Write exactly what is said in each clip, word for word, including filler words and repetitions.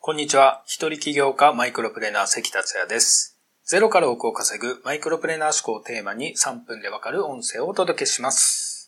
こんにちは。一人起業家マイクロプレーナー関達也です。ゼロから億を稼ぐマイクロプレーナー思考をテーマにさんぷんでわかる音声をお届けします。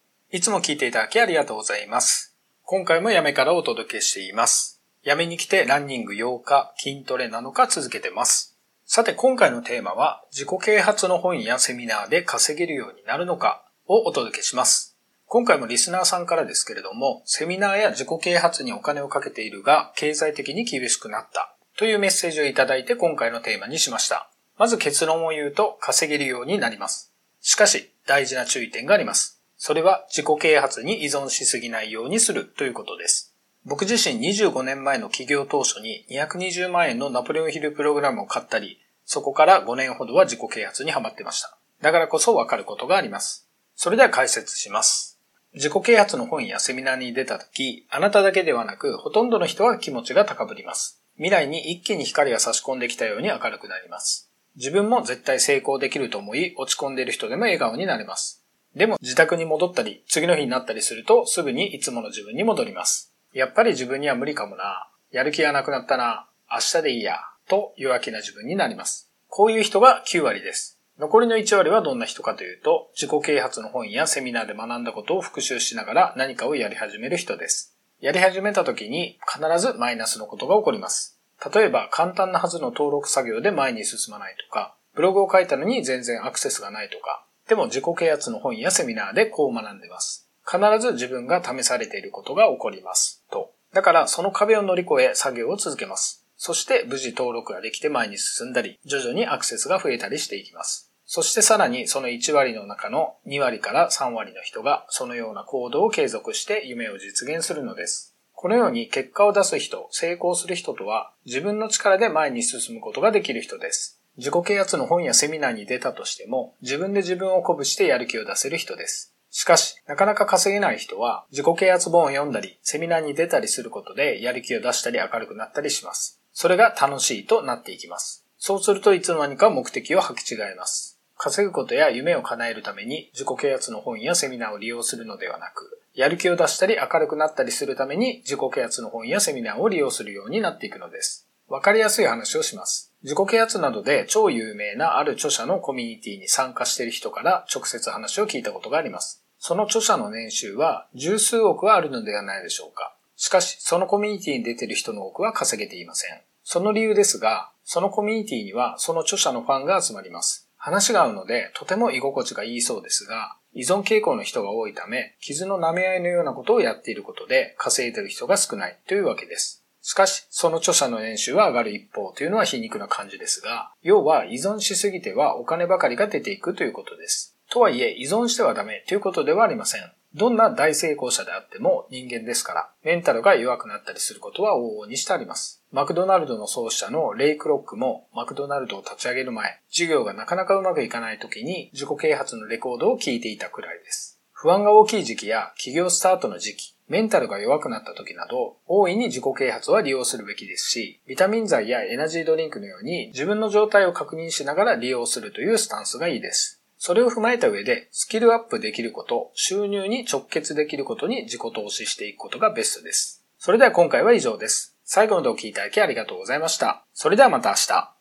いつも聞いていただきありがとうございます。今回もやめからお届けしています。やめに来てランニングようか、筋トレなのか続けてます。さて今回のテーマは自己啓発の本やセミナーで稼げるようになるのかをお届けします。今回もリスナーさんからですけれども、セミナーや自己啓発にお金をかけているが、経済的に厳しくなったというメッセージをいただいて今回のテーマにしました。まず結論を言うと、稼げるようになります。しかし、大事な注意点があります。それは自己啓発に依存しすぎないようにするということです。僕自身にじゅうごねんまえの起業当初ににひゃくにじゅうまんえんのナポレオンヒルプログラムを買ったり、そこからごねんほどは自己啓発にハマってました。だからこそわかることがあります。それでは解説します。自己啓発の本やセミナーに出たとき、あなただけではなく、ほとんどの人は気持ちが高ぶります。未来に一気に光が差し込んできたように明るくなります。自分も絶対成功できると思い、落ち込んでいる人でも笑顔になれます。でも自宅に戻ったり、次の日になったりすると、すぐにいつもの自分に戻ります。やっぱり自分には無理かもな。やる気がなくなったな。明日でいいや。と弱気な自分になります。こういう人がきゅうわりです。残りのいちわりはどんな人かというと、自己啓発の本やセミナーで学んだことを復習しながら何かをやり始める人です。やり始めた時に必ずマイナスのことが起こります。例えば簡単なはずの登録作業で前に進まないとか、ブログを書いたのに全然アクセスがないとか、でも自己啓発の本やセミナーでこう学んでます。必ず自分が試されていることが起こります。と。だからその壁を乗り越え作業を続けます。そして無事登録ができて前に進んだり、徐々にアクセスが増えたりしていきます。そしてさらにそのいちわりの中のにわりからさんわりの人がそのような行動を継続して夢を実現するのです。このように結果を出す人、成功する人とは自分の力で前に進むことができる人です。自己啓発の本やセミナーに出たとしても自分で自分を鼓舞してやる気を出せる人です。しかし、なかなか稼げない人は自己啓発本を読んだり、セミナーに出たりすることでやる気を出したり明るくなったりします。それが楽しいとなっていきます。そうするといつの間にか目的を履き違えます。稼ぐことや夢を叶えるために自己啓発の本やセミナーを利用するのではなく、やる気を出したり明るくなったりするために自己啓発の本やセミナーを利用するようになっていくのです。わかりやすい話をします。自己啓発などで超有名なある著者のコミュニティに参加している人から直接話を聞いたことがあります。その著者の年収は十数億はあるのではないでしょうか。しかし、そのコミュニティに出ている人の多くは稼げていません。その理由ですが、そのコミュニティにはその著者のファンが集まります。話が合うのでとても居心地がいいそうですが、依存傾向の人が多いため、傷の舐め合いのようなことをやっていることで稼いでいる人が少ないというわけです。しかし、その著者の年収は上がる一方というのは皮肉な感じですが、要は依存しすぎてはお金ばかりが出ていくということです。とはいえ、依存してはダメということではありません。どんな大成功者であっても人間ですから、メンタルが弱くなったりすることは往々にしてあります。マクドナルドの創始者のレイ・クロックもマクドナルドを立ち上げる前、事業がなかなかうまくいかない時に自己啓発のレコードを聞いていたくらいです。不安が大きい時期や起業スタートの時期、メンタルが弱くなった時など、大いに自己啓発は利用するべきですし、ビタミン剤やエナジードリンクのように自分の状態を確認しながら利用するというスタンスがいいです。それを踏まえた上で、スキルアップできること、収入に直結できることに自己投資していくことがベストです。それでは今回は以上です。最後までお聞きいただきありがとうございました。それではまた明日。